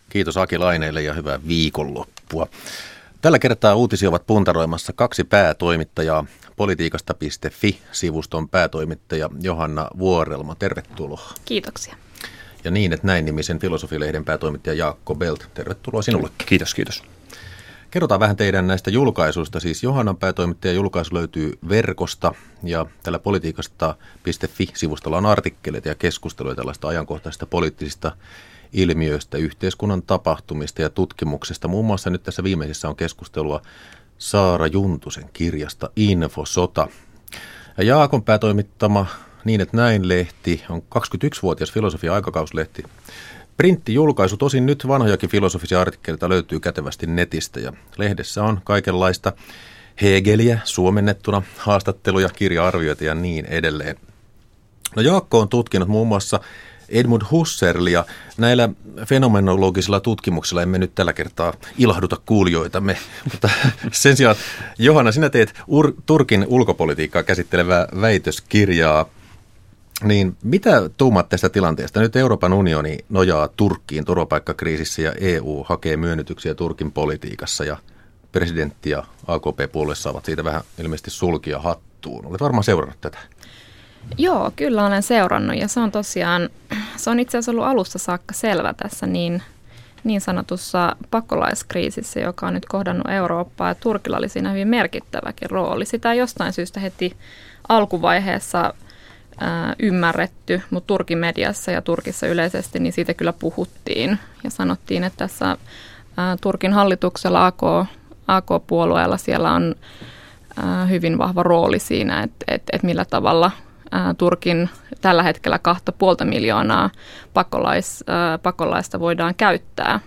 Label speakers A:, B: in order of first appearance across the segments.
A: Kiitos Aki Laineelle ja hyvää viikonloppua. Tällä kertaa uutisia ovat puntaroimassa kaksi päätoimittajaa. Politiikasta.fi-sivuston päätoimittaja Johanna Vuorelma, tervetuloa.
B: Kiitoksia.
A: Ja Niin, että näin nimisen filosofilehden päätoimittaja Jaakko Belt, tervetuloa sinullekin.
C: Kiitos.
A: Kerrotaan vähän teidän näistä julkaisuista. Siis Johannan päätoimittajan julkaisu löytyy verkosta ja tällä politiikasta.fi-sivustolla on artikkeleita ja keskusteluja tällaista ajankohtaisista poliittisista ilmiöistä, yhteiskunnan tapahtumista ja tutkimuksesta. Muun muassa nyt tässä viimeisessä on keskustelua Saara Juntusen kirjasta Infosota. Ja Jaakon päätoimittama Niin, että näin -lehti on 21-vuotias filosofia-aikakauslehti. Printtijulkaisu, tosin nyt vanhojakin filosofisia artikkeleita löytyy kätevästi netistä ja lehdessä on kaikenlaista Hegeliä suomennettuna, haastatteluja, kirja-arvioita ja niin edelleen. No Jaakko on tutkinut muun muassa Edmund Husserlia. Näillä fenomenologisilla tutkimuksilla emme nyt tällä kertaa ilahduta kuulijoitamme, mutta sen sijaan Johanna, sinä teet Turkin ulkopolitiikkaa käsittelevää väitöskirjaa. Niin mitä tuumat tästä tilanteesta? Nyt Euroopan unioni nojaa Turkkiin turvapaikkakriisissä ja EU hakee myönnytyksiä Turkin politiikassa ja presidentti ja AKP-puolue saavat siitä vähän ilmeisesti sulkia hattuun. Olet varmaan seurannut tätä.
B: Joo, kyllä olen seurannut ja se on itse asiassa ollut alusta saakka selvä tässä niin sanotussa pakolaiskriisissä, joka on nyt kohdannut Eurooppaa ja Turkilla oli siinä hyvin merkittäväkin rooli. Sitä ei jostain syystä heti alkuvaiheessa ymmärretty, mutta Turkin mediassa ja Turkissa yleisesti niin siitä kyllä puhuttiin ja sanottiin, että tässä Turkin hallituksella AK-puolueella siellä on hyvin vahva rooli siinä, että millä tavalla Turkin tällä hetkellä 2,5 miljoonaa pakolaista voidaan käyttää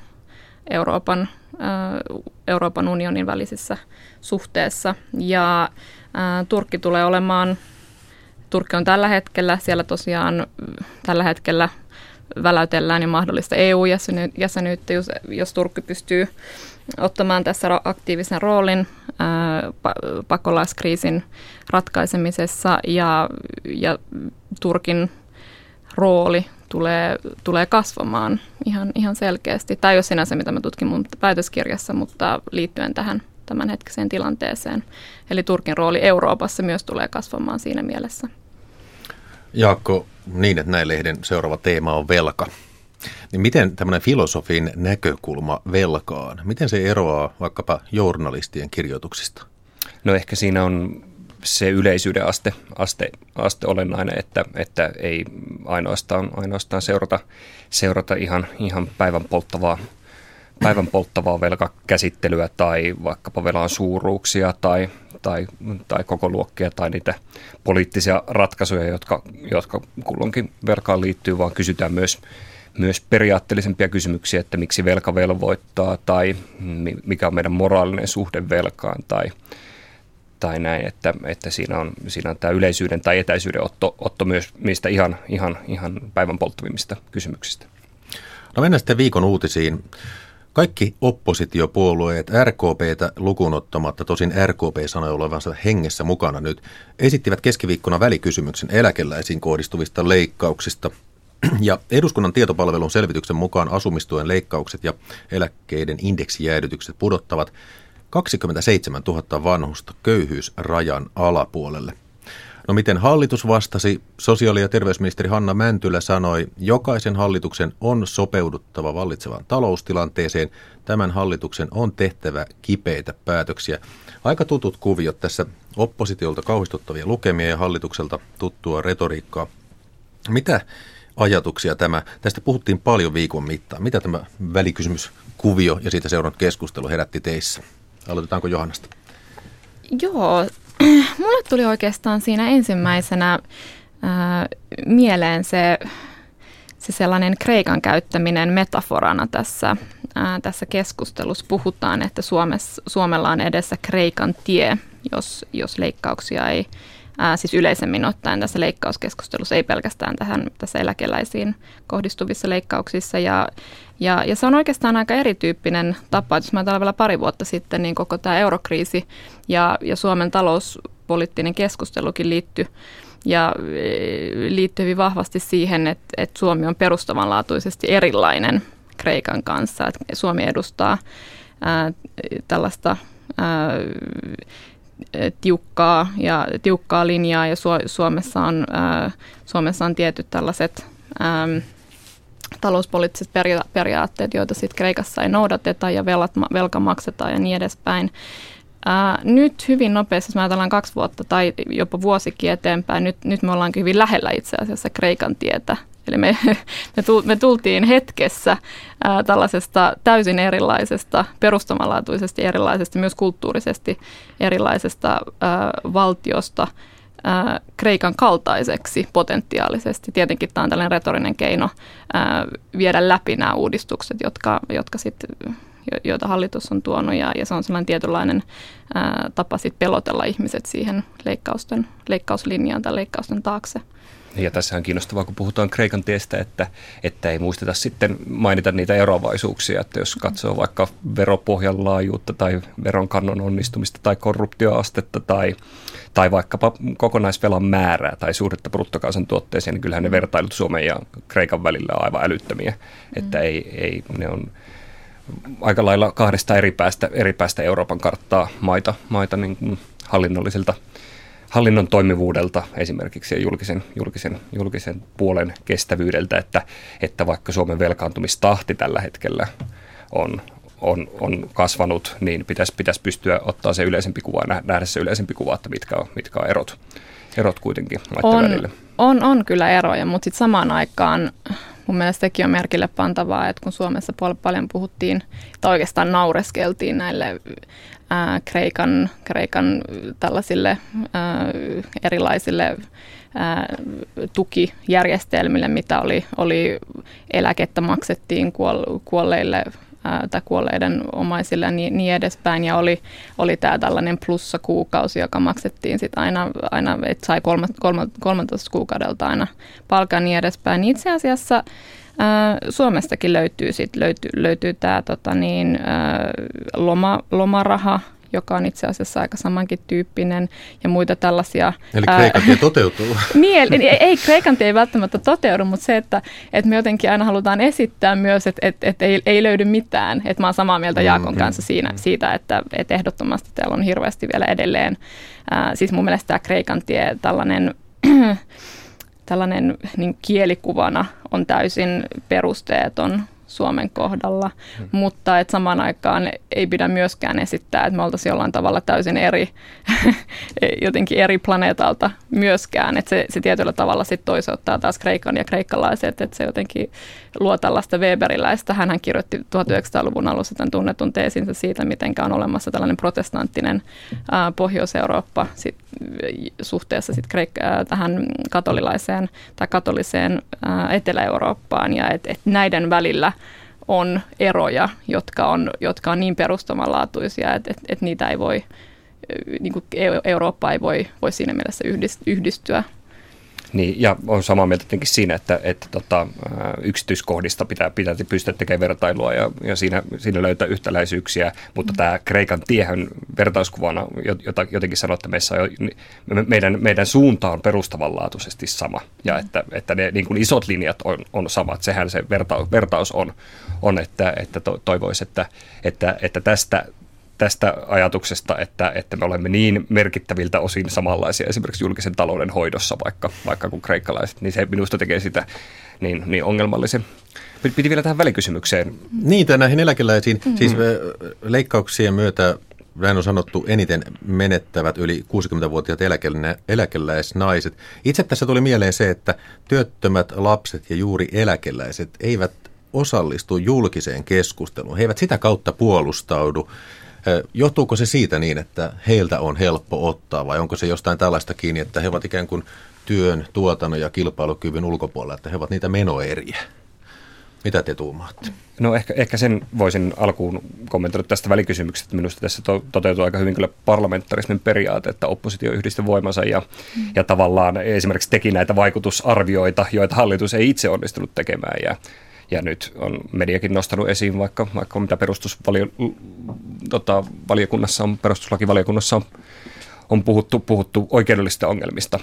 B: Euroopan unionin välisissä suhteessa ja Turkki on tällä hetkellä, siellä tosiaan tällä hetkellä väläytellään jo mahdollista EU-jäsenyyttä, jos Turkki pystyy ottamaan tässä aktiivisen roolin pakolaiskriisin ratkaisemisessa ja Turkin rooli tulee kasvamaan ihan selkeästi. Tämä ei ole sinänsä, mitä mä tutkin mun väitöskirjassa, mutta liittyen tähän tämänhetkiseen tilanteeseen. Eli Turkin rooli Euroopassa myös tulee kasvamaan siinä mielessä.
A: Jaakko, Niin, että näin -lehden seuraava teema on velka. Niin miten tämmöinen filosofin näkökulma velkaan, miten se eroaa vaikkapa journalistien kirjoituksista?
C: No ehkä siinä on se yleisyyden aste olennainen, että ei ainoastaan seurata ihan päivän polttavaa velkakäsittelyä tai vaikkapa velan suuruuksia tai koko luokkia tai niitä poliittisia ratkaisuja, jotka kulloinkin velkaan liittyy, vaan kysytään myös periaatteellisempia kysymyksiä, että miksi velka velvoittaa tai mikä on meidän moraalinen suhde velkaan tai näin, että siinä on tämä yleisyyden tai etäisyyden otto myös mistä ihan päivän polttavimmista kysymyksistä.
A: No mennään sitten viikon uutisiin. Kaikki oppositiopuolueet RKP:tä lukuun ottamatta, tosin RKP sanoi olevansa hengessä mukana nyt, esittivät keskiviikkona välikysymyksen eläkeläisiin kohdistuvista leikkauksista. Ja eduskunnan tietopalvelun selvityksen mukaan asumistuen leikkaukset ja eläkkeiden indeksijäädytykset pudottavat 27 000 vanhusta köyhyysrajan alapuolelle. No miten hallitus vastasi? Sosiaali- ja terveysministeri Hanna Mäntylä sanoi, jokaisen hallituksen on sopeuduttava vallitsevaan taloustilanteeseen. Tämän hallituksen on tehtävä kipeitä päätöksiä. Aika tutut kuviot tässä, oppositiolta kauhistuttavia lukemia ja hallitukselta tuttua retoriikkaa. Mitä ajatuksia tästä puhuttiin paljon viikon mittaan. Mitä tämä välikysymyskuvio ja siitä seurannut keskustelu herätti teissä? Aloitetaanko Johannasta?
B: Joo, mulle tuli oikeastaan siinä ensimmäisenä mieleen se sellainen Kreikan käyttäminen metaforana tässä keskustelussa. Puhutaan, että Suomella on edessä Kreikan tie, jos leikkauksia ei, siis yleisemmin ottaen tässä leikkauskeskustelussa, ei pelkästään tässä eläkeläisiin kohdistuvissa leikkauksissa. Ja se on oikeastaan aika erityyppinen tapa, jos mä ajatellaan vielä pari vuotta sitten, niin koko tämä eurokriisi ja Suomen talouspoliittinen keskustelukin liittyi hyvin vahvasti siihen, että Suomi on perustavanlaatuisesti erilainen Kreikan kanssa. Et Suomi edustaa tällaista tiukkaa linjaa ja Suomessa on tietyt tällaiset talouspoliittiset periaatteet, joita sitten Kreikassa ei noudateta ja velka maksetaan ja niin edespäin. Nyt hyvin nopeasti, jos me ajatellaan 2 vuotta tai jopa vuosikin eteenpäin, nyt me ollaankin hyvin lähellä itse asiassa Kreikan tietä. Eli me tultiin hetkessä tällaisesta täysin erilaisesta, perustavanlaatuisesti erilaisesta, myös kulttuurisesti erilaisesta valtiosta Kreikan kaltaiseksi potentiaalisesti. Tietenkin tämä on tällainen retorinen keino viedä läpi nämä uudistukset, joita hallitus on tuonut, ja se on sellainen tietynlainen tapa sit pelotella ihmiset siihen leikkauslinjaan tai leikkausten taakse.
C: Ja tässä on kiinnostavaa, kun puhutaan Kreikan tiestä, että ei muisteta sitten mainita niitä eroavaisuuksia, että jos katsoo vaikka veropohjan laajuutta tai veronkannon onnistumista tai korruptioastetta tai vaikkapa kokonaisvelan määrää tai suhdetta bruttokansantuotteeseen, niin kyllähän ne vertailut Suomen ja Kreikan välillä on aivan älyttömiä, että ei ne on aika lailla 2 eri päästä Euroopan karttaa maita niin kuin hallinnon toimivuudelta esimerkiksi ja julkisen puolen kestävyydeltä, että vaikka Suomen velkaantumistahti tällä hetkellä on kasvanut, niin pitäisi pystyä ottaa se yleisempi kuva, nähdä se yleisempi kuva, että mitkä on erot kuitenkin maiden välillä.
B: On kyllä eroja, mutta sitten samaan aikaan mun mielestä sekin on merkille pantavaa, että kun Suomessa paljon puhuttiin, tai oikeastaan naureskeltiin näille Kreikan tällaisille erilaisille tukijärjestelmille, mitä oli eläkettä maksettiin kuolleille tai kuolleiden omaisille ja niin edespäin. Ja oli tämä tällainen plussakuukausi, joka maksettiin sitten aina että sai 13 kuukaudelta aina palkan niin edespäin. Niin itse asiassa Suomestakin löytyy tämä lomaraha, joka on itse asiassa aika samankin tyyppinen ja muita tällaisia.
A: Eli Kreikan tie toteutuu.
B: Niin, ei Kreikan tie ei välttämättä toteudu, mutta se, että me jotenkin aina halutaan esittää myös, että ei löydy mitään. Että mä oon samaa mieltä Jaakon kanssa siitä, että ehdottomasti täällä on hirveästi vielä edelleen. Siis mun mielestä tämä Kreikan tie tällainen niin kielikuvana on täysin perusteeton Suomen kohdalla, mutta että samaan aikaan ei pidä myöskään esittää, että me oltaisiin jollain tavalla täysin jotenkin eri planeetalta myöskään, että se tietyllä tavalla sitten toisauttaa taas Kreikan ja kreikkalaiset, että se jotenkin luo tällaista weberiläistä. Hänhän kirjoitti 1900-luvun alussa tämän tunnetun teesinsä siitä, miten on olemassa tällainen protestanttinen Pohjois-Eurooppa suhteessa tähän katolilaiseen tai katoliseen Etelä-Eurooppaan, ja että näiden välillä on eroja, jotka on niin perustavanlaatuisia, että niitä ei voi, niin kuin Eurooppa ei voi siinä mielessä yhdistyä.
C: Niin, ja on samaa mieltä tietenkin siinä, että yksityiskohdista pitää pystyä tekemään vertailua ja siinä löytää yhtäläisyyksiä, mutta tämä Kreikan tiehän vertauskuvana, jota jotenkin sanoo, että meidän suunta on perustavanlaatuisesti sama, ja että ne niin kuin isot linjat on samat. Sehän se vertaus on että toivoisi, että tästä ajatuksesta, että me olemme niin merkittäviltä osin samanlaisia esimerkiksi julkisen talouden hoidossa vaikka kuin kreikkalaiset, niin se minusta tekee sitä niin ongelmallisen. Piti vielä tähän välikysymykseen.
A: Niin, näihin eläkeläisiin. Siis leikkauksien myötä, näin on sanottu, eniten menettävät yli 60-vuotiaat eläkeläisnaiset. Itse tässä tuli mieleen se, että työttömät lapset ja juuri eläkeläiset eivät osallistu julkiseen keskusteluun. He eivät sitä kautta puolustaudu. Johtuuko se siitä niin, että heiltä on helppo ottaa, vai onko se jostain tällaista kiinni, että he ovat ikään kuin työn, tuotannon ja kilpailukyvyn ulkopuolella, että he ovat niitä menoeriä? Mitä te tuumaatte?
C: No ehkä sen voisin alkuun kommentoida tästä välikysymyksestä, että minusta tässä toteutuu aika hyvin kyllä parlamentarismin periaate, että oppositio yhdisti voimansa ja tavallaan esimerkiksi teki näitä vaikutusarvioita, joita hallitus ei itse onnistunut tekemään ja nyt on mediakin nostanut esiin vaikka mitä perustuslakivaliokunnassa on puhuttu oikeudellisista ongelmista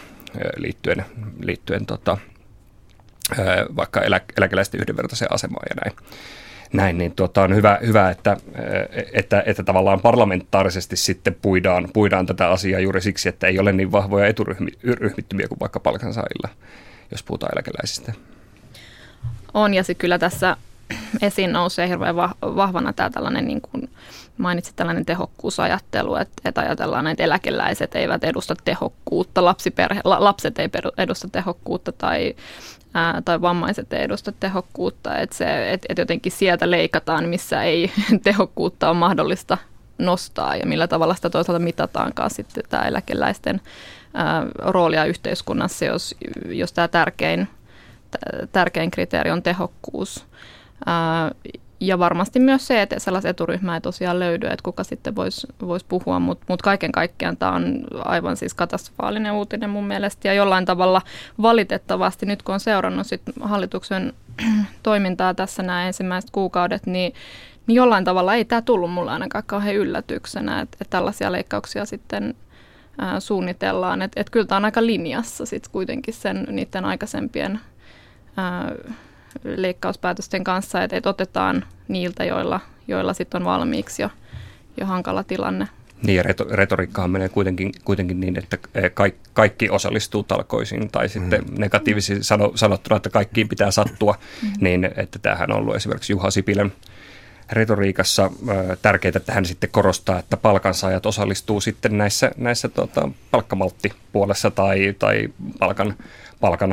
C: liittyen vaikka eläkeläisten yhdenvertaiseen asemaan ja näin. näin, niin on hyvä että tavallaan parlamentaarisesti sitten puidaan tätä asiaa juuri siksi, että ei ole niin vahvoja eturyhmittymiä kuin vaikka palkansaajilla, jos puhutaan eläkeläisistä.
B: On, ja kyllä tässä esiin nousee hirveän vahvana tämä tällainen, niin kuin mainitsit, tällainen tehokkuusajattelu, että ajatellaan, että eläkeläiset eivät edusta tehokkuutta, lapset ei edusta tehokkuutta tai vammaiset ei edusta tehokkuutta, että jotenkin sieltä leikataan, missä ei tehokkuutta ole mahdollista nostaa ja millä tavalla sitä toisaalta mitataankaan sitten tämä eläkeläisten roolia yhteiskunnassa, jos tämä tärkein kriteeri on tehokkuus. Ja varmasti myös se, että sellaisia eturyhmää ei tosiaan löydy, että kuka sitten voisi puhua, mutta kaiken kaikkiaan tämä on aivan siis katastrofaalinen uutinen mun mielestä. Ja jollain tavalla valitettavasti nyt kun on seurannut sit hallituksen toimintaa tässä nämä ensimmäiset kuukaudet, niin jollain tavalla ei tämä tullut mulle ainakaan kauhean yllätyksenä, että tällaisia leikkauksia sitten suunnitellaan. Että kyllä tämä on aika linjassa sitten kuitenkin niiden aikaisempien leikkauspäätösten kanssa, että otetaan niiltä, joilla sitten on valmiiksi jo hankala tilanne.
C: Niin, ja retoriikkahan menee kuitenkin niin, että kaikki osallistuu talkoisiin, tai sitten negatiivisesti sanottuna, että kaikkiin pitää sattua, niin että tämähän on ollut esimerkiksi Juha Sipilän retoriikassa tärkeää, että hän sitten korostaa, että palkansaajat osallistuu sitten näissä palkkamalttipuolessa tai palkan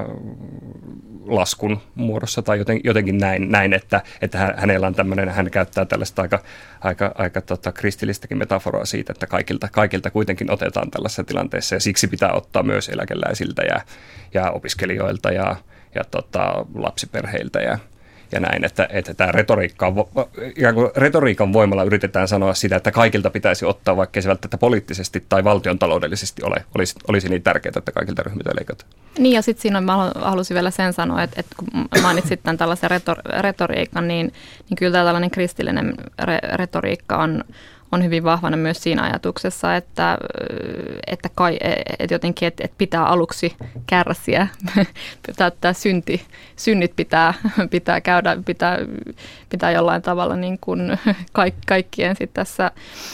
C: laskun muodossa tai jotenkin näin että hänellä on tämmöinen, hän käyttää tällaista aika kristillistäkin metaforaa siitä, että kaikilta kuitenkin otetaan tällaisessa tilanteessa ja siksi pitää ottaa myös eläkeläisiltä ja opiskelijoilta ja lapsiperheiltä ja näin, että tämä retoriikan voimalla yritetään sanoa sitä, että kaikilta pitäisi ottaa, vaikka se välttämättä poliittisesti tai valtion taloudellisesti olisi niin tärkeää, että kaikilta ryhmiltä leikataan.
B: Niin, ja sitten siinä mä halusin vielä sen sanoa, että kun mainitsit tämän tällaisen retoriikan, niin kyllä tämä tällainen kristillinen retoriikka on hyvin vahvana myös siinä ajatuksessa, että jotenkin että pitää aluksi kärsiä, tämä synnit pitää käydä, pitää jollain tavalla niin kuin kaikkien sit tässä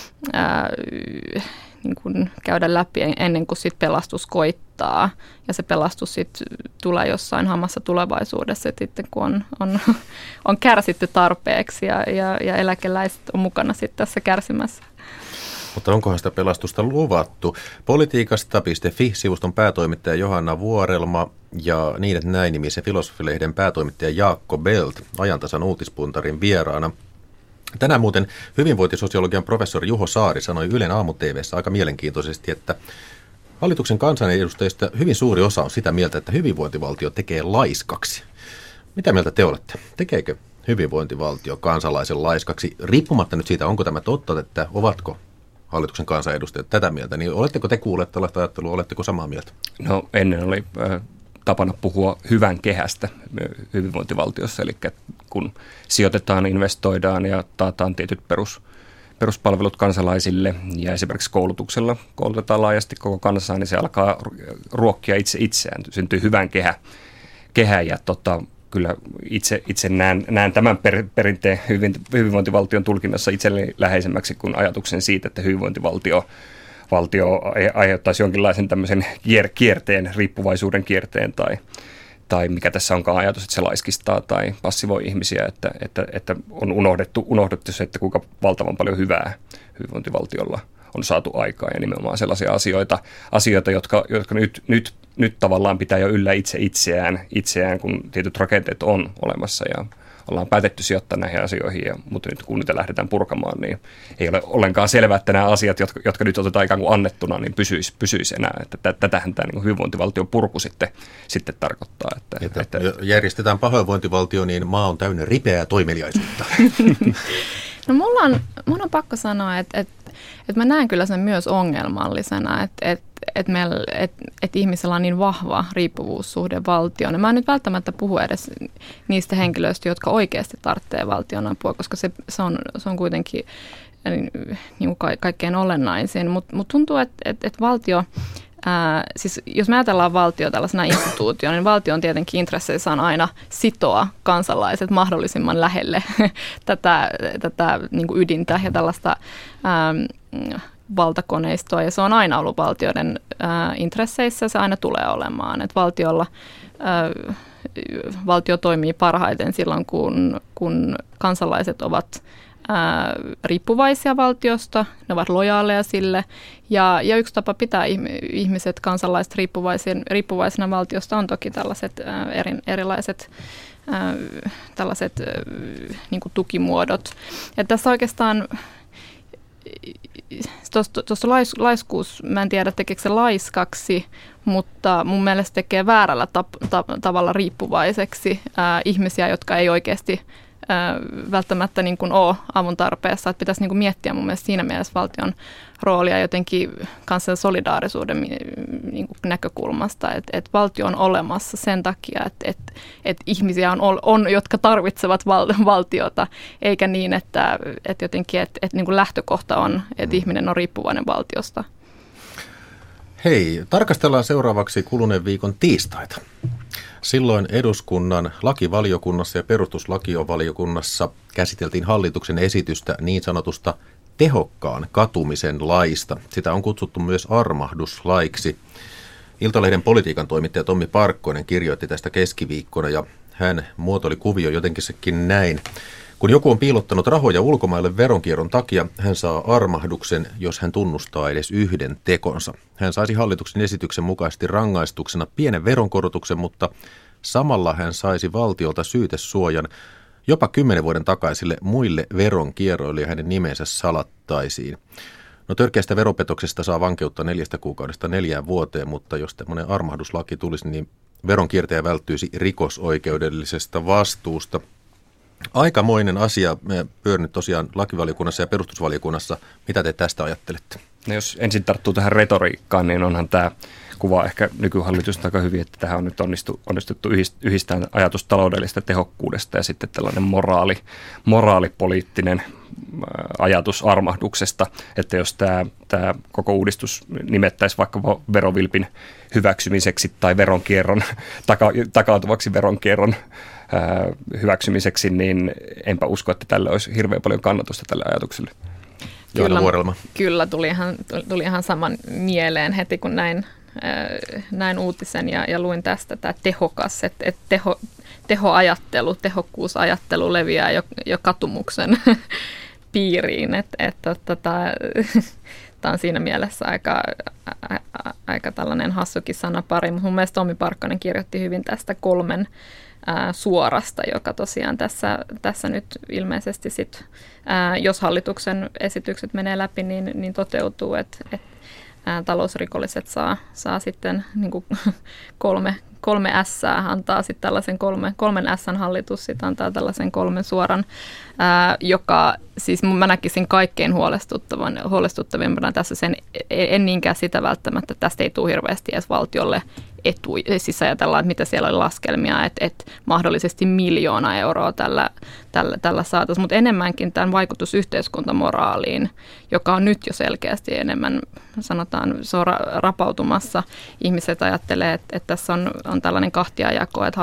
B: niin kuin käydä läpi ennen kuin sit pelastus koittaa. Ja se pelastus sitten tulee jossain hamassa tulevaisuudessa, että sitten kun on kärsitty tarpeeksi ja eläkeläiset on mukana sitten tässä kärsimässä.
A: Mutta onkohan sitä pelastusta luvattu? Politiikasta.fi-sivuston päätoimittaja Johanna Vuorelma ja Niin, että näin -nimisen filosofilehden päätoimittaja Jaakko Belt Ajantasan uutispuntarin vieraana. Tänään muuten hyvinvointisosiologian professori Juho Saari sanoi Ylen aamu-tv:ssä aika mielenkiintoisesti, että hallituksen kansanedustajista hyvin suuri osa on sitä mieltä, että hyvinvointivaltio tekee laiskaksi. Mitä mieltä te olette? Tekeekö hyvinvointivaltio kansalaisen laiskaksi? Riippumatta nyt siitä, onko tämä totta, että ovatko hallituksen kansanedustajat tätä mieltä, niin oletteko te kuulleet tällaista ajattelua, oletteko samaa mieltä?
C: No ennen oli tapana puhua hyvän kehästä hyvinvointivaltiossa, eli kun sijoitetaan, investoidaan ja taataan tietyt peruspalvelut kansalaisille ja esimerkiksi koulutuksella koulutetaan laajasti koko kansaa, niin se alkaa ruokkia itseään, syntyy hyvän kehä ja kyllä itse näen tämän perinteen hyvinvointivaltion tulkinnassa itselleni läheisemmäksi kuin ajatuksen siitä, että hyvinvointivaltio aiheuttaisi jonkinlaisen tämmöisen kierteen, riippuvaisuuden kierteen tai mikä tässä onkaan ajatus, että se laiskistaa tai passivoi ihmisiä, että on unohdettu se, että kuinka valtavan paljon hyvää hyvinvointivaltiolla on saatu aikaa ja nimenomaan sellaisia asioita jotka nyt tavallaan pitää jo yllä itseään, kun tietyt rakenteet on olemassa ja ollaan päätetty sijoittaa näihin asioihin, mutta nyt kun niitä lähdetään purkamaan, niin ei ole ollenkaan selvää, että nämä asiat, jotka nyt otetaan ikään kuin annettuna, niin pysyisi enää. Että tätähän tämä niin hyvinvointivaltion purku sitten tarkoittaa.
A: Että järjestetään pahoinvointivaltio, niin maa on täynnä ripeää toimeliaisuutta.
B: No mun on pakko sanoa, että mä näen kyllä sen myös ongelmallisena, että ihmisellä on niin vahva riippuvuussuhde valtioon. Mä en nyt välttämättä puhu edes niistä henkilöistä, jotka oikeasti tarvitsee valtion apua, koska se on kuitenkin niin kaikkein olennaisin. Mutta tuntuu, että valtio siis jos me ajatellaan valtio tällaisena instituutiona, niin valtion tietenkin intresseissä on aina sitoa kansalaiset mahdollisimman lähelle tätä niin kuin ydintä ja tällaista valtakoneistoa, ja se on aina ollut valtioiden intresseissä, se aina tulee olemaan, että valtio toimii parhaiten silloin, kun kansalaiset ovat riippuvaisia valtiosta, ne ovat lojaaleja sille, ja yksi tapa pitää ihmiset, kansalaiset riippuvaisina valtiosta on toki tällaiset erilaiset tällaiset niin kuin tukimuodot. Ja tässä oikeastaan tuossa laiskuus, mä en tiedä tekeekö se laiskaksi, mutta mun mielestä tekee väärällä tavalla riippuvaiseksi ihmisiä, jotka ei oikeasti välttämättä niin kuin ole avun tarpeessa. Että pitäisi niin kuin miettiä mun mielestä siinä mielessä valtion roolia jotenkin kansan solidaarisuuden niin kuin näkökulmasta, että valtio on olemassa sen takia, että ihmisiä on, jotka tarvitsevat valtiota, eikä niin, että jotenkin että niin kuin lähtökohta on, että ihminen on riippuvainen valtiosta.
A: Hei, tarkastellaan seuraavaksi kuluneen viikon tiistaita. Silloin eduskunnan lakivaliokunnassa ja perustuslakivaliokunnassa käsiteltiin hallituksen esitystä niin sanotusta tehokkaan katumisen laista. Sitä on kutsuttu myös armahduslaiksi. Iltalehden politiikan toimittaja Tommi Parkkonen kirjoitti tästä keskiviikkona ja hän muotoili kuvio jotenkin näin. Kun joku on piilottanut rahoja ulkomaille veronkierron takia, hän saa armahduksen, jos hän tunnustaa edes yhden tekonsa. Hän saisi hallituksen esityksen mukaisesti rangaistuksena pienen veronkorotuksen, mutta samalla hän saisi valtiolta syytesuojan jopa 10 vuoden takaisille muille veronkierroille ja hänen nimensä salattaisiin. No törkeästä veropetoksesta saa vankeutta 4 kuukaudesta 4 vuoteen, mutta jos tämmöinen armahduslaki tulisi, niin veronkiertäjä välttyisi rikosoikeudellisesta vastuusta. Aikamoinen asia pyörinyt tosiaan lakivaliokunnassa ja perustuslakivaliokunnassa. Mitä te tästä ajattelette?
C: No jos ensin tarttuu tähän retoriikkaan, niin onhan tämä kuva ehkä nykyhallitusta aika hyvin, että tähän on nyt onnistuttu yhdistämään ajatus taloudellisesta tehokkuudesta ja sitten tällainen moraalipoliittinen ajatus armahduksesta, että jos tämä koko uudistus nimettäisiin vaikka verovilpin hyväksymiseksi tai veronkierron, takautuvaksi veronkierron hyväksymiseksi, niin enpä usko, että tällä olisi hirveän paljon kannatusta tälle ajatukselle.
B: Kyllä tuli ihan saman mieleen heti, kun näin uutisen ja luin tästä, tämä tehokas, että tehoajattelu, tehokkuusajattelu leviää jo katumuksen piiriin, että tämä on siinä mielessä aika tällainen hassukin sanapari, mutta mun mielestä Tommi Parkkonen kirjoitti hyvin tästä 3 suorasta, joka tosiaan tässä nyt ilmeisesti sit, jos hallituksen esitykset menee läpi, niin toteutuu, että talousrikolliset saa sitten niin kuin 3 S:ää, antaa sitten tällaisen 3 S:n hallitus, sitten antaa tällaisen 3 suoran, joka siis mä näkisin kaikkein huolestuttavimpana tässä sen, en niinkään sitä välttämättä, että tästä ei tule hirveästi edes valtiolle etu, siis ajatellaan, että mitä siellä oli laskelmia, että mahdollisesti 1 000 000 euroa tällä saataisiin, mutta enemmänkin tämän vaikutus yhteiskuntamoraaliin, joka on nyt jo selkeästi enemmän, sanotaan, se on rapautumassa. Ihmiset ajattelee, että tässä on tällainen kahtiajako, että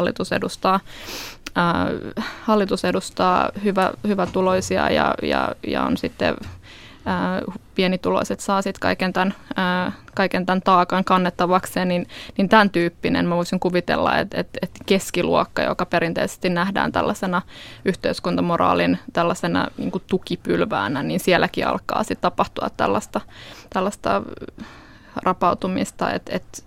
B: hallitus edustaa hyvätuloisia ja on sitten pienituloiset saa sitten kaiken tämän taakan kannettavakseen, niin tämän tyyppinen mä voisin kuvitella, että keskiluokka, joka perinteisesti nähdään tällaisena yhteiskuntamoraalin tällaisena niin kuin tukipylväänä, niin sielläkin alkaa sitten tapahtua tällaista rapautumista, että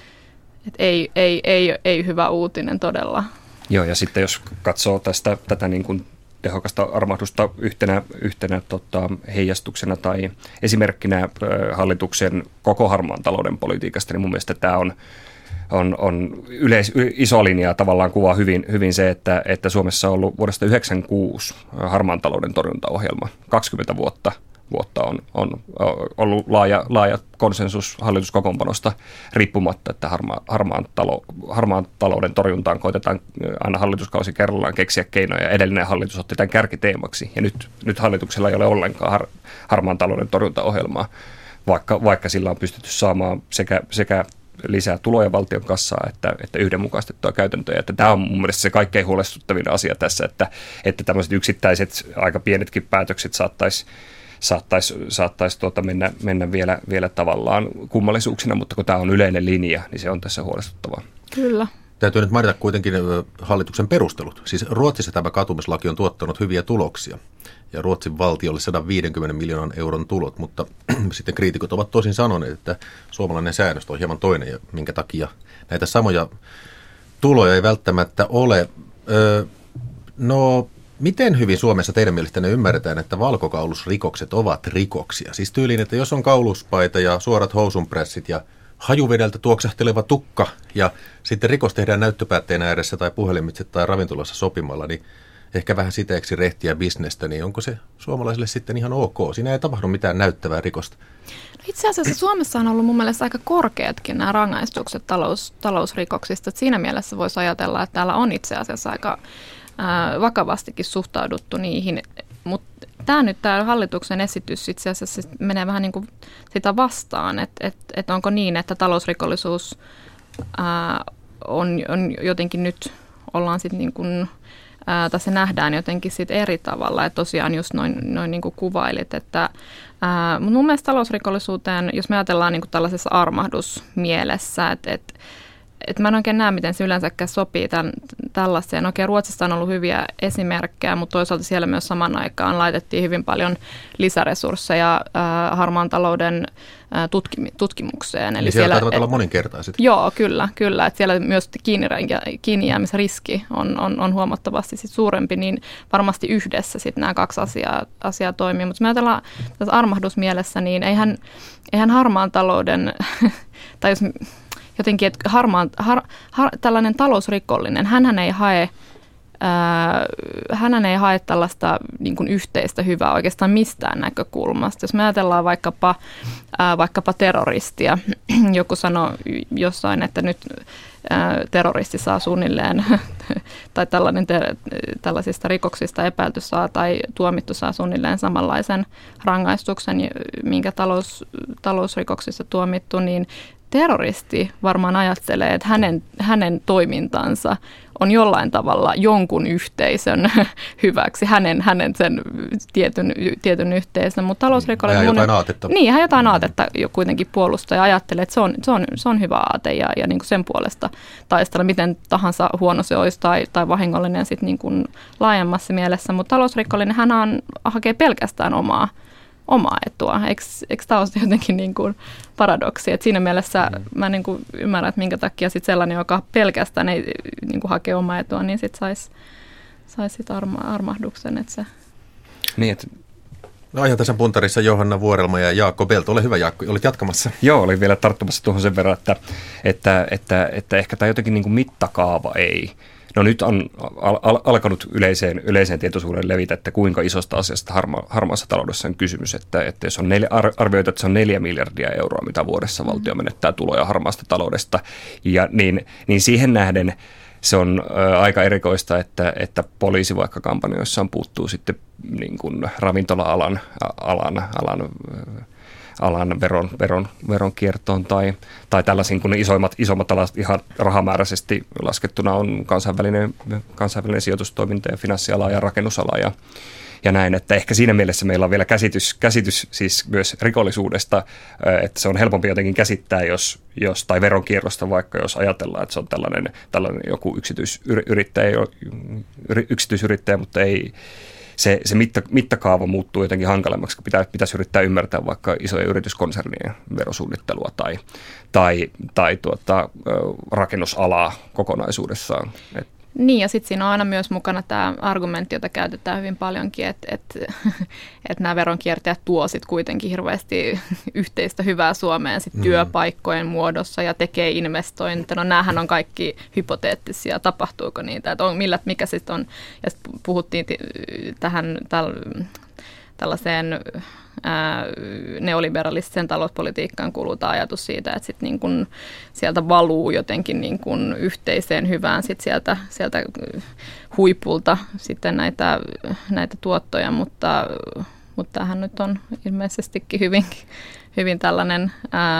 B: ei hyvä uutinen todella.
C: Joo, ja sitten jos katsoo tätä niin kuin tehokasta armahdusta yhtenä heijastuksena tai esimerkkinä hallituksen koko harmaan talouden politiikasta, niin mun mielestä tämä on iso linja tavallaan kuvaa hyvin se, että Suomessa on ollut vuodesta 1996 harmaan talouden torjuntaohjelma. 20 vuotta on ollut laaja konsensus hallituskokoonpanosta riippumatta, että harmaan talouden torjuntaan koitetaan aina hallituskausi kerrallaan keksiä keinoja. Edellinen hallitus otti tämän kärkiteemaksi ja nyt hallituksella ei ole ollenkaan harmaan talouden torjuntaohjelmaa. vaikka sillä on pystytty saamaan sekä lisää tuloja valtion kassaa että yhdenmukaistettua käytäntöjä. Että tämä on mun mielestä se kaikkein huolestuttavin asia tässä, että tämmöiset yksittäiset aika pienetkin päätökset saattaisi mennä vielä tavallaan kummallisuuksina, mutta kun tämä on yleinen linja, niin se on tässä huolestuttavaa.
B: Kyllä.
A: Täytyy nyt mainita kuitenkin hallituksen perustelut. Siis Ruotsissa tämä katumislaki on tuottanut hyviä tuloksia ja Ruotsin valtiolle 150 miljoonan euron tulot, mutta sitten kriitikot ovat tosin sanoneet, että suomalainen säännöstö on hieman toinen ja minkä takia näitä samoja tuloja ei välttämättä ole. Miten hyvin Suomessa teidän mielestänne ymmärretään, että valkokaulusrikokset ovat rikoksia? Siis tyyliin, että jos on kauluspaita ja suorat housunprässit ja hajuvedeltä tuoksahteleva tukka ja sitten rikos tehdään näyttöpäätteen ääressä tai puhelimitse tai ravintolassa sopimalla, niin ehkä vähän siteeksi rehtiä bisnestä, niin onko se suomalaisille sitten ihan ok? Siinä ei tapahdu mitään näyttävää rikosta.
B: No itse asiassa Suomessa on ollut mun mielestä aika korkeatkin nämä rangaistukset talousrikoksista. Siinä mielessä voisi ajatella, että täällä on itse asiassa aika vakavastikin suhtauduttu niihin, mutta tämä hallituksen esitys itse asiassa menee vähän niin kuin sitä vastaan, että onko niin, että talousrikollisuus on jotenkin nyt ollaan sitten niin kuin, tai se nähdään jotenkin sit eri tavalla, että tosiaan just noin niin kuin kuvailit, mutta mun mielestä talousrikollisuuteen, jos me ajatellaan niin kuin tällaisessa armahdusmielessä, että mä en oikein näe, miten se yleensäkään sopii tällaiseen. Okei, Ruotsissa on ollut hyviä esimerkkejä, mutta toisaalta siellä myös saman aikaan laitettiin hyvin paljon lisäresursseja harmaan talouden tutkimukseen.
A: Eli siellä taitaa olla moninkertaiset.
B: Joo, kyllä. Että siellä myös kiinni jäämisriski on huomattavasti sit suurempi, niin varmasti yhdessä sit nämä kaksi asiaa toimii. Mutta jos me ajatellaan tässä armahdusmielessä, niin eihän harmaan talouden, tai jos jotenkin, että tällainen talousrikollinen, hänhän ei hae tällaista niin kuin yhteistä hyvää oikeastaan mistään näkökulmasta. Jos me ajatellaan vaikkapa terroristia, joku sanoi jossain, että nyt terroristi saa suunnilleen, tai tällaisista rikoksista epäilty saa tai tuomittu saa suunnilleen samanlaisen rangaistuksen, minkä talousrikoksissa tuomittu, niin terroristi varmaan ajattelee, että hänen toimintansa on jollain tavalla jonkun yhteisön hyväksi, hänen sen tietyn yhteisön, mutta talousrikollinen...
A: Hän jotain aatetta.
B: Niin, hän jotain aatetta jo kuitenkin puolustaa ja ajattelee, että se on hyvä aate ja niin kuin sen puolesta taistella, miten tahansa huono se olisi tai vahingollinen sitten niin kuin laajemmassa mielessä, mutta talousrikollinen hän hakee pelkästään omaa etua. Eikö tämä ole jotenkin niin kuin paradoksi? Et siinä mielessä mä niin kuin ymmärrän, että minkä takia sit sellainen, joka pelkästään ei niin kuin hakee omaa etua, niin sitten sais sit armahduksen. Että se.
C: Niin, että
A: No ihan tässä puntarissa Johanna Vuorelma ja Jaakko Belt. Ole hyvä, Jaakko, olit jatkamassa.
C: Joo, olin vielä tarttumassa tuohon sen verran, että ehkä tämä jotenkin niin kuin mittakaava ei. No nyt on alkanut yleiseen tietoisuuden levitä, että kuinka isosta asiasta harmaassa taloudessa on kysymys, että jos on arvioitu, että se on 4 miljardia euroa, mitä vuodessa valtio menettää tuloja harmaasta taloudesta, ja niin siihen nähden se on aika erikoista, että poliisi vaikka kampanjoissaan puuttuu sitten niin kuin ravintola-alan veronkiertoon tai tällaisiin, kun ne isommat alat ihan rahamääräisesti laskettuna on kansainvälinen sijoitustoiminta ja finanssiala ja rakennusala ja näin, että ehkä siinä mielessä meillä on vielä käsitys siis myös rikollisuudesta, että se on helpompi jotenkin käsittää, jos tai veronkierrosta vaikka, jos ajatellaan, että se on tällainen joku yksityisyrittäjä, mutta ei se mittakaava muuttuu jotenkin hankalemmaksi, kun pitäisi yrittää ymmärtää vaikka isojen yrityskonsernien verosuunnittelua tai rakennusalaa kokonaisuudessaan.
B: Niin, ja sitten siinä on aina myös mukana tämä argumentti, jota käytetään hyvin paljonkin, että nämä veronkiertäjät tuo sitten kuitenkin hirveästi yhteistä hyvää Suomeen sit työpaikkojen muodossa ja tekee investointeja. No näähän on kaikki hypoteettisia, tapahtuuko niitä, että mikä sitten on, ja sit puhuttiin tällaiseen neoliberalistiseen talouspolitiikkaan kuuluu tämä ajatus siitä, että sit niin kun sieltä valuu jotenkin niin kun yhteiseen hyvään sit sieltä huipulta sitten näitä tuottoja, mutta mutta tämähän nyt on ilmeisestikin hyvin tällainen,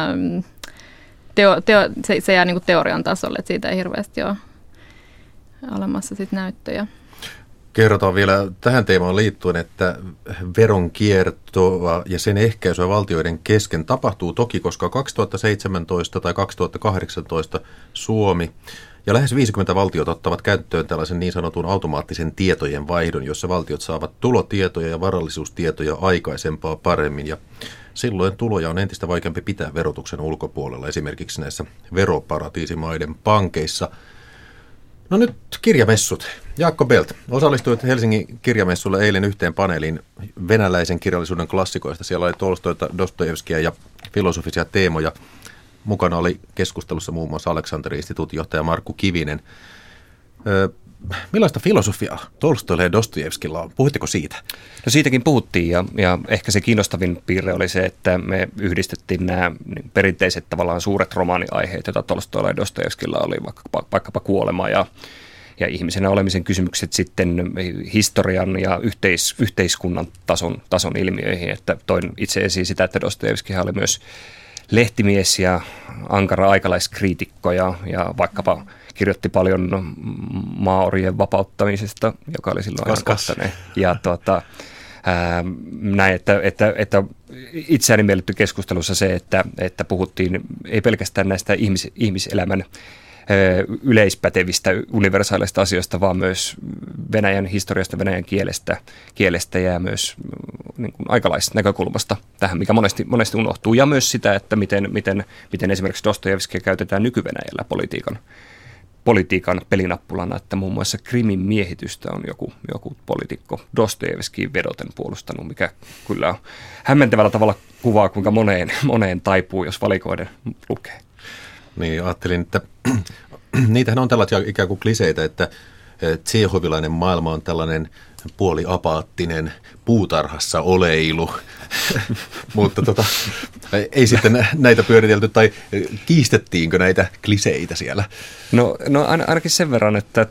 B: se jää niin kuin teorian tasolle, että siitä ei hirveästi ole olemassa sit näyttöjä.
A: Kerrotaan vielä tähän teemaan liittyen, että veronkiertoa ja sen ehkäisyä valtioiden kesken tapahtuu toki, koska 2017 tai 2018 Suomi ja lähes 50 valtiota ottavat käyttöön tällaisen niin sanotun automaattisen tietojen vaihdon, jossa valtiot saavat tulotietoja ja varallisuustietoja aikaisempaa paremmin. Ja silloin tuloja on entistä vaikeampi pitää verotuksen ulkopuolella, esimerkiksi näissä veroparatiisimaiden pankeissa. No nyt kirjamessut. Jaakko Belt, osallistuit Helsingin kirjamessulle eilen yhteen paneeliin venäläisen kirjallisuuden klassikoista. Siellä oli Tolstoita, Dostojevskia ja filosofisia teemoja. Mukana oli keskustelussa muun muassa Aleksanteri-instituutin johtaja Markku Kivinen. Millaista filosofiaa Tolstoilla ja Dostojevskilla on? Puhuitteko siitä?
C: No siitäkin puhuttiin ja ehkä se kiinnostavin piirre oli se, että me yhdistettiin nämä perinteiset tavallaan suuret romaaniaiheet, joita Tolstoilla ja Dostojevskilla oli, vaikkapa kuolema ja ihmisenä olemisen kysymykset sitten historian ja yhteiskunnan tason ilmiöihin. Että toin itse esiin sitä, että Dostojevskihan oli myös lehtimies ja ankara aikalaiskriitikko ja vaikkapa kirjoitti paljon maaorien vapauttamisesta, joka oli silloin ajankohtainen. Ja näin, että itseäni miellytti keskustelussa se, että puhuttiin ei pelkästään näistä ihmiselämän yleispätevistä universaaleista asioista, vaan myös Venäjän historiasta, Venäjän kielestä ja myös niin kuin aikalaisnäkökulmasta tähän, mikä monesti unohtuu. Ja myös sitä, että miten esimerkiksi Dostojevskia käytetään nyky-Venäjällä politiikan pelinappulana, että muun muassa Krimin miehitystä on joku poliitikko Dostojevskiin vedoten puolustanut, mikä kyllä on hämmentävällä tavalla kuvaa, kuinka moneen taipuu, jos valikoiden lukee.
A: Niin, ajattelin, että niitähän on tällaisia ikään kuin kliseitä, että tsehovilainen maailma on tällainen puoliapaattinen puutarhassa oleilu, mutta ei sitten näitä pyöritelty, tai kiistettiinkö näitä kliseitä siellä?
C: No ainakin sen verran, että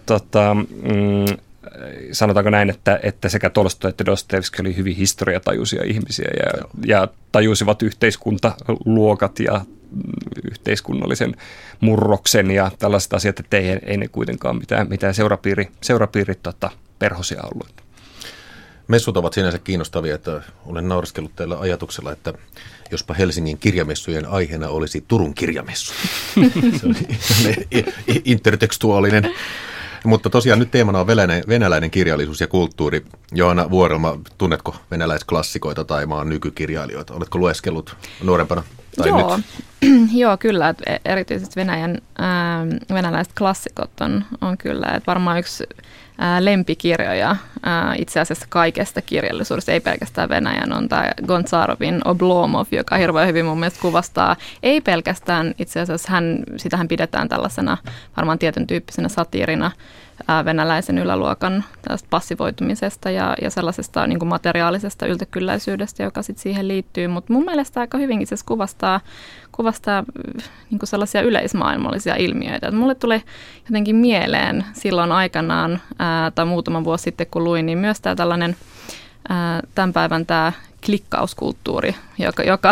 C: sanotaanko näin, että sekä Tolstoi että Dostojevski oli hyvin historiatajuisia ihmisiä ja tajusivat yhteiskuntaluokat ja yhteiskunnallisen murroksen ja tällaiset asiat, että ei ne kuitenkaan mitään seurapiiri perhosia ollut.
A: Messut ovat sinänsä kiinnostavia, että olen nauriskellut teillä ajatuksella, että jospa Helsingin kirjamessujen aiheena olisi Turun kirjamessu. Se oli intertekstuaalinen. Mutta tosiaan nyt teemana on venäläinen kirjallisuus ja kulttuuri. Johanna Vuorelma, tunnetko venäläisklassikoita tai maan nykykirjailijoita? Oletko lueskellut nuorempana tai nyt?
B: Joo, kyllä. Erityisesti venäläiset klassikot on kyllä. Että varmaan yksi lempikirjoja itse asiassa kaikesta kirjallisuudesta, ei pelkästään Venäjän, on tämä Gontsarovin Oblomov, joka hirveän hyvin mun mielestä kuvastaa, ei pelkästään itse asiassa, sitähän pidetään tällaisena varmaan tietyn tyyppisenä satiirina venäläisen yläluokan tästä passivoitumisesta ja sellaisesta niin kuin materiaalisesta yltäkylläisyydestä, joka sitten siihen liittyy, mutta mun mielestä aika hyvinkin se kuvastaa niin kuin sellaisia yleismaailmallisia ilmiöitä. Et mulle tuli jotenkin mieleen silloin aikanaan, tai muutama vuosi sitten kun luin, niin myös tämä tällainen tämän päivän tämä klikkauskulttuuri, joka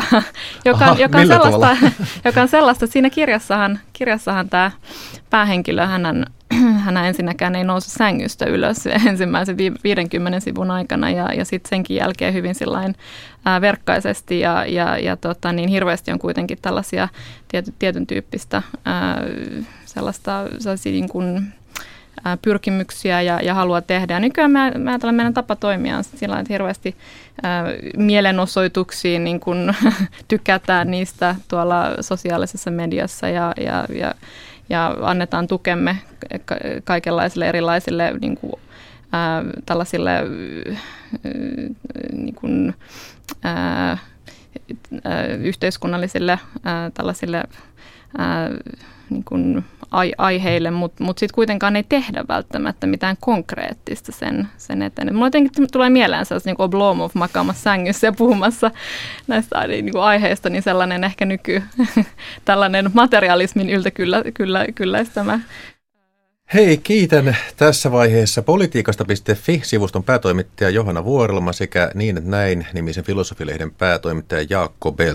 B: on sellaista, että siinä kirjassahan tämä päähenkilö, hän ensinnäkään ei nousu sängystä ylös ensimmäisen 50 sivun aikana ja sitten senkin jälkeen hyvin sillain verkkaisesti ja niin hirveästi on kuitenkin tällaisia tietyn tyyppistä sellaisia niin kuin pyrkimyksiä ja halua tehdä. Ja nykyään mä ajattelen, meidän tapa toimia on sillä että hirveästi mielenosoituksiin niin kun tykätään niistä tuolla sosiaalisessa mediassa ja annetaan tukemme kaikenlaisille erilaisille niin kuin, tällaisille niin kuin, yhteiskunnallisille tällaisille niin kuin aiheille, mutta sitten kuitenkaan ei tehdä välttämättä mitään konkreettista sen eteen. Mulla jotenkin tulee mieleen sellaista niin Oblomov makaamassa sängyssä ja puhumassa näistä niin kuin aiheista, niin sellainen ehkä tällainen materialismin yltäkylläistämä
A: Hei, kiitän tässä vaiheessa politiikasta.fi-sivuston päätoimittaja Johanna Vuorelma sekä Niin et näin -nimisen filosofilehden päätoimittaja Jaakko Belz.